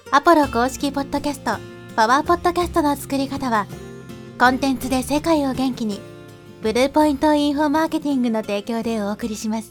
アポロ公式ポッドキャスト、パワーポッドキャストの作り方は、コンテンツで世界を元気に、ブルーポイントインフォマーケティングの提供でお送りします。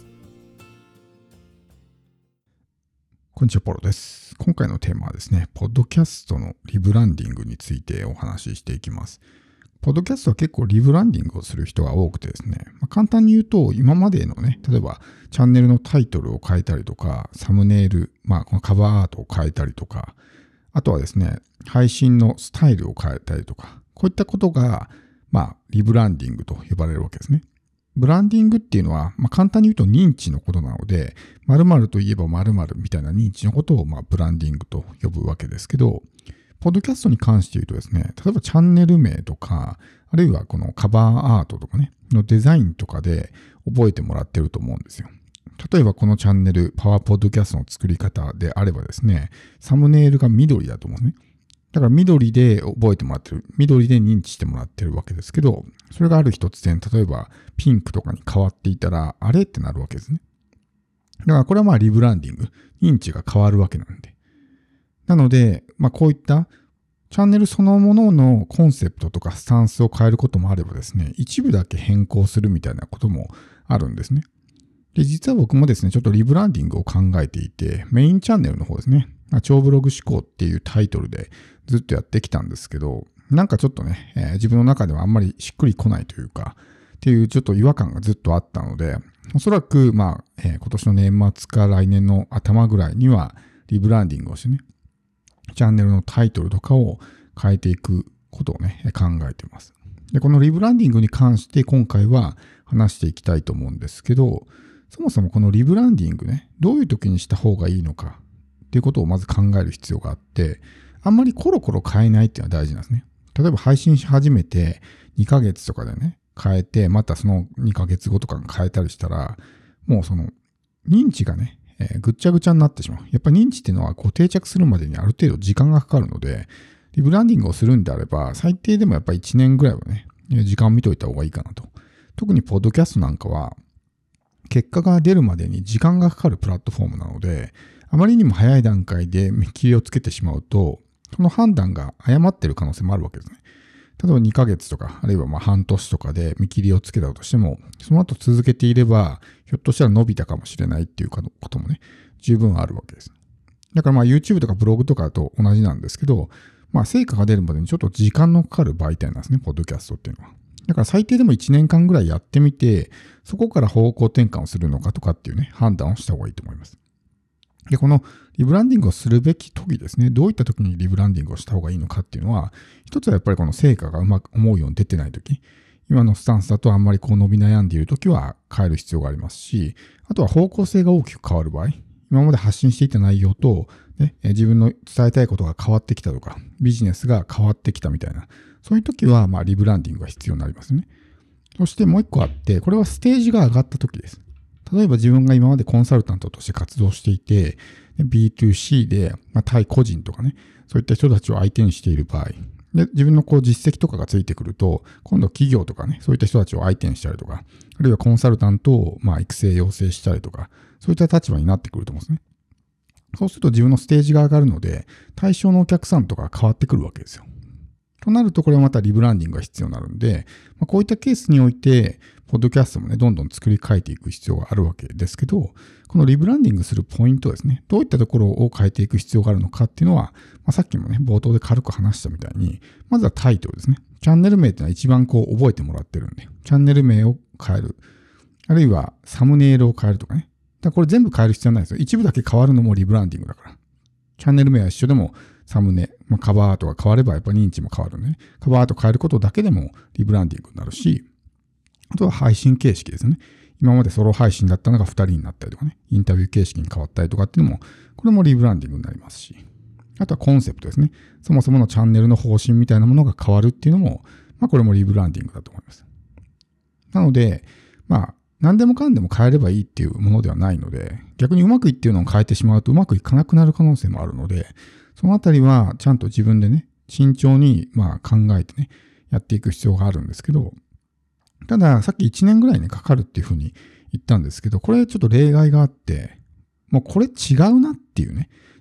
こんにちは、ポロです。今回のテーマはですね、ポッドキャストのリブランディングについてお話ししていきます。ポッドキャストは結構リブランディングをする人が多くてですね、簡単に言うと今までのね、例えばチャンネルのタイトルを変えたりとか、サムネイル、このカバーアートを変えたりとか、あとはですね、配信のスタイルを変えたりとか、こういったことが、リブランディングと呼ばれるわけですね。ブランディングっていうのは、簡単に言うと認知のことなので、〇〇といえば〇〇みたいな認知のことをブランディングと呼ぶわけですけど、ポッドキャストに関して言うとですね、例えばチャンネル名とか、あるいはこのカバーアートとかね、のデザインとかで覚えてもらってると思うんですよ。例えばこのチャンネル、パワーポッドキャストの作り方であればですね、サムネイルが緑だと思うんですね。だから緑で覚えてもらってる、緑で認知してもらってるわけですけど、それがある日突然、例えばピンクとかに変わっていたら、あれってなるわけですね。だからこれはリブランディング、認知が変わるわけなんで。なので、こういったチャンネルそのもののコンセプトとかスタンスを変えることもあればですね、一部だけ変更するみたいなこともあるんですね。で、実は僕もですね、ちょっとリブランディングを考えていて、メインチャンネルの方ですね、超ブログ思考っていうタイトルでずっとやってきたんですけど、なんかちょっとね、自分の中ではあんまりしっくりこないというか、っていうちょっと違和感がずっとあったので、おそらく今年の年末か来年の頭ぐらいにはリブランディングをしてね、チャンネルのタイトルとかを変えていくことをね、考えています。で、このリブランディングに関して今回は話していきたいと思うんですけど、そもそもこのリブランディングね、どういう時にした方がいいのかっていうことをまず考える必要があって、あんまりコロコロ変えないっていうのは大事なんですね。例えば配信し始めて2ヶ月とかでね、変えて、またその2ヶ月後とかに変えたりしたら、もうその認知がね、ぐっちゃぐちゃになってしまう。やっぱ認知っていうのは定着するまでにある程度時間がかかるので、リブランディングをするんであれば、最低でもやっぱり1年ぐらいはね、時間を見といた方がいいかなと。特にポッドキャストなんかは、結果が出るまでに時間がかかるプラットフォームなので、あまりにも早い段階で見切りをつけてしまうと、その判断が誤っている可能性もあるわけですね。例えば2ヶ月とか、あるいは半年とかで見切りをつけたとしても、その後続けていれば、ひょっとしたら伸びたかもしれないっていうこともね、十分あるわけです。だからYouTube とかブログとかと同じなんですけど、成果が出るまでにちょっと時間のかかる媒体なんですね、ポッドキャストっていうのは。だから最低でも1年間ぐらいやってみて、そこから方向転換をするのかとかっていうね、判断をした方がいいと思います。で、このリブランディングをするべき時ですね、どういった時にリブランディングをした方がいいのかっていうのは、一つはやっぱりこの成果がうまく思うように出てない時、今のスタンスだとあんまり伸び悩んでいる時は変える必要がありますし、あとは方向性が大きく変わる場合、今まで発信していた内容と、自分の伝えたいことが変わってきたとか、ビジネスが変わってきたみたいな、そういう時はリブランディングが必要になりますね。そしてもう一個あって、これはステージが上がった時です。例えば自分が今までコンサルタントとして活動していて、B2C で、対個人とかね、そういった人たちを相手にしている場合、で自分の実績とかがついてくると、今度企業とかね、そういった人たちを相手にしたりとか、あるいはコンサルタントを育成養成したりとか、そういった立場になってくると思うんですね。そうすると自分のステージが上がるので、対象のお客さんとか変わってくるわけですよ。となるとこれはまたリブランディングが必要になるんで、こういったケースにおいて、ポッドキャストもね、どんどん作り変えていく必要があるわけですけど、このリブランディングするポイントですね、どういったところを変えていく必要があるのかっていうのは、さっきもね、冒頭で軽く話したみたいに、まずはタイトルですね。チャンネル名っていうのは一番覚えてもらってるんで、チャンネル名を変える。あるいはサムネイルを変えるとかね。だからこれ全部変える必要ないですよ。一部だけ変わるのもリブランディングだから。チャンネル名は一緒でも、サムネ、カバーアートが変わればやっぱ認知も変わるんでね。カバーアート変えることだけでもリブランディングになるし、あとは配信形式ですね。今までソロ配信だったのが2人になったりとかね、インタビュー形式に変わったりとかっていうのも、これもリブランディングになりますし、あとはコンセプトですね。そもそものチャンネルの方針みたいなものが変わるっていうのも、これもリブランディングだと思います。なので、何でもかんでも変えればいいっていうものではないので、逆にうまくいっているのを変えてしまうとうまくいかなくなる可能性もあるので、そのあたりはちゃんと自分でね、慎重に考えてね、やっていく必要があるんですけど、たださっき1年ぐらいね、かかるっていうふうに言ったんですけど、これちょっと例外があって、もうこれ違うなっていうね、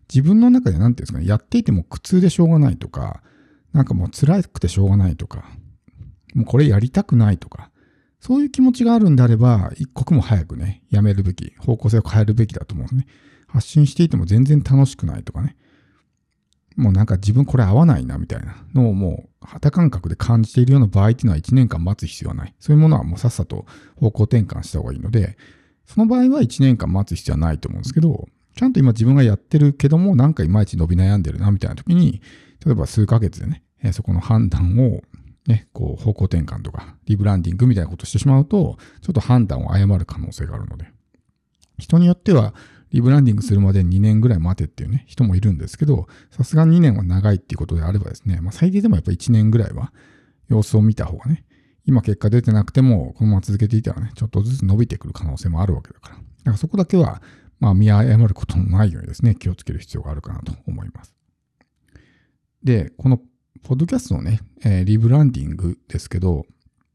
自分の中でなんていうんですかね、やっていても苦痛でしょうがないとか、なんかもう辛くてしょうがないとか、もうこれやりたくないとか、そういう気持ちがあるんであれば、一刻も早くね、やめるべき、方向性を変えるべきだと思うんですね。発信していても全然楽しくないとかね。もうなんか自分これ合わないなみたいなのをもう肌感覚で感じているような場合っていうのは1年間待つ必要はない。そういうものはもうさっさと方向転換した方がいいので、その場合は1年間待つ必要はないと思うんですけど、ちゃんと今自分がやってるけどもなんかいまいち伸び悩んでるなみたいな時に、例えば数ヶ月でね、そこの判断をね、こう方向転換とかリブランディングみたいなことをしてしまうと、ちょっと判断を誤る可能性があるので、人によってはリブランディングするまで2年ぐらい待てっていうね、人もいるんですけど、さすがに2年は長いっていうことであればですね、最低でもやっぱ1年ぐらいは様子を見た方がね、今結果出てなくても、このまま続けていたらね、ちょっとずつ伸びてくる可能性もあるわけだから。だからそこだけは、見誤ることのないようにですね、気をつける必要があるかなと思います。で、このポッドキャストのね、リブランディングですけど、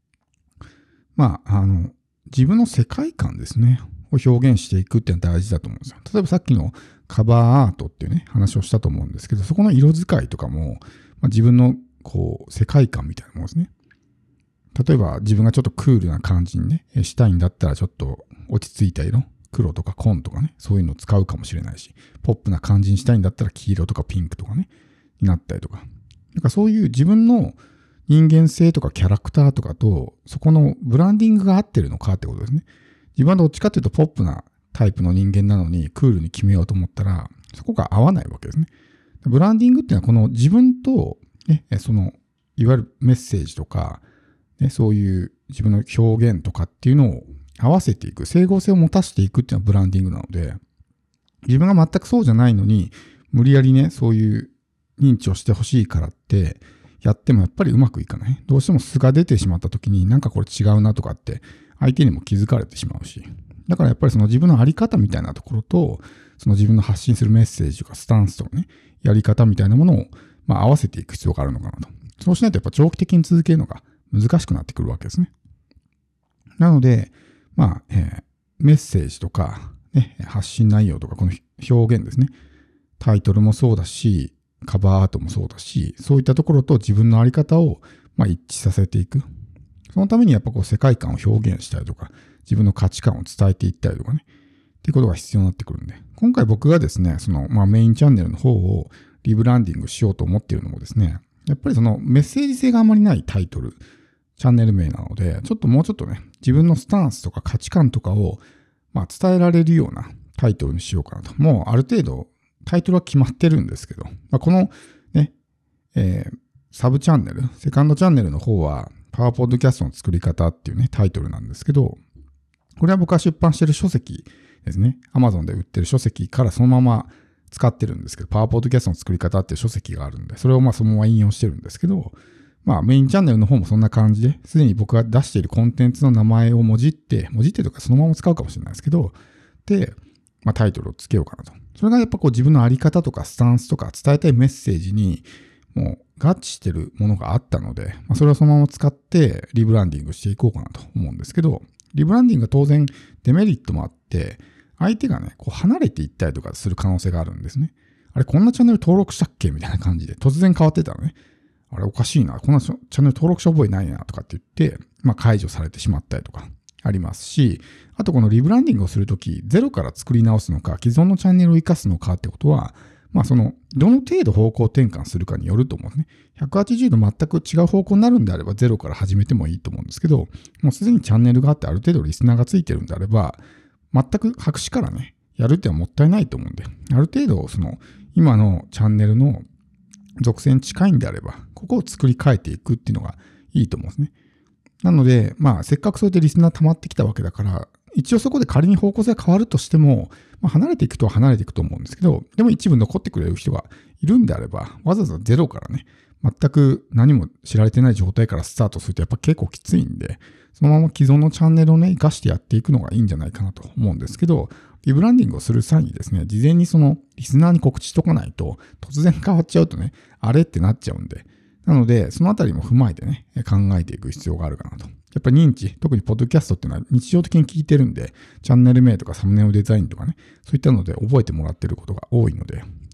自分の世界観ですね、を表現していくっていうのは大事だと思うんですよ。例えばさっきのカバーアートっていうね、話をしたと思うんですけど、そこの色使いとかも、自分のこう世界観みたいなものですね。例えば自分がちょっとクールな感じにね、したいんだったらちょっと落ち着いた色、黒とか紺とかね、そういうのを使うかもしれないし、ポップな感じにしたいんだったら黄色とかピンクとかね、になったりとか。なんかそういう自分の人間性とかキャラクターとかと、そこのブランディングが合ってるのかってことですね。自分はどっちかっていうとポップなタイプの人間なのにクールに決めようと思ったら、そこが合わないわけですね。ブランディングっていうのはこの自分と、ね、そのいわゆるメッセージとか、ね、そういう自分の表現とかっていうのを合わせていく、整合性を持たせていくっていうのはブランディングなので、自分が全くそうじゃないのに、無理やりね、そういう認知をしてほしいからってやってもやっぱりうまくいかない。どうしても素が出てしまった時になんかこれ違うなとかって相手にも気づかれてしまうし。だからやっぱりその自分のあり方みたいなところと、その自分の発信するメッセージとかスタンスとかね、やり方みたいなものを合わせていく必要があるのかなと。そうしないとやっぱ長期的に続けるのが難しくなってくるわけですね。なので、メッセージとか、ね、発信内容とかこの表現ですね。タイトルもそうだし、カバーアートもそうだし、そういったところと自分のあり方を一致させていく。そのためにやっぱこう世界観を表現したりとか、自分の価値観を伝えていったりとかね、っていうことが必要になってくるんで、今回僕がですね、そのメインチャンネルの方をリブランディングしようと思っているのもですね、やっぱりそのメッセージ性があまりないタイトル、チャンネル名なので、もうちょっとね、自分のスタンスとか価値観とかを伝えられるようなタイトルにしようかなと。もうある程度タイトルは決まってるんですけど、このね、サブチャンネル、セカンドチャンネルの方はパワーポッドキャストの作り方っていうね、タイトルなんですけど、これは僕が出版してる書籍ですね。Amazon で売ってる書籍からそのまま使ってるんですけど、パワーポッドキャストの作り方っていう書籍があるんで、それをそのまま引用してるんですけど、メインチャンネルの方もそんな感じで、すでに僕が出しているコンテンツの名前をもじってとかそのまま使うかもしれないですけど、で、タイトルをつけようかなと。それがやっぱこう自分のあり方とかスタンスとか伝えたいメッセージにもう合致してるものがあったので、それをそのまま使ってリブランディングしていこうかなと思うんですけど、リブランディングは当然デメリットもあって、相手がね、こう離れていったりとかする可能性があるんですね。あれ、こんなチャンネル登録したっけみたいな感じで、突然変わってたらね、あれおかしいな、こんなチャンネル登録者覚えないなとかって言って、解除されてしまったりとかありますし、あとこのリブランディングをするとき、ゼロから作り直すのか、既存のチャンネルを活かすのかってことは、どの程度方向転換するかによると思うんですね。180度全く違う方向になるんであれば、ゼロから始めてもいいと思うんですけど、もうすでにチャンネルがあってある程度リスナーがついてるんであれば、全く白紙からね、やるってのはもったいないと思うんで、ある程度今のチャンネルの属性に近いんであれば、ここを作り変えていくっていうのがいいと思うんですね。なので、せっかくそうやってリスナー溜まってきたわけだから、一応そこで仮に方向性が変わるとしても、離れていくとは離れていくと思うんですけど、でも一部残ってくれる人がいるんであれば、わざわざゼロからね、全く何も知られてない状態からスタートするとやっぱ結構きついんで、そのまま既存のチャンネルをね、活かしてやっていくのがいいんじゃないかなと思うんですけど、リブランディングをする際にですね、事前にリスナーに告知しとかないと、突然変わっちゃうとね、あれってなっちゃうんで、なので、そのあたりも踏まえてね、考えていく必要があるかなと。やっぱり認知、特にポッドキャストっていうのは日常的に聞いてるんで、チャンネル名とかサムネイルデザインとかね、そういったので覚えてもらってることが多いので、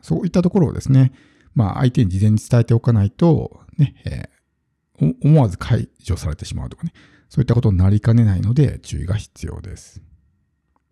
そういったところをですね、相手に事前に伝えておかないと、ね、思わず解除されてしまうとかね、そういったことになりかねないので注意が必要です。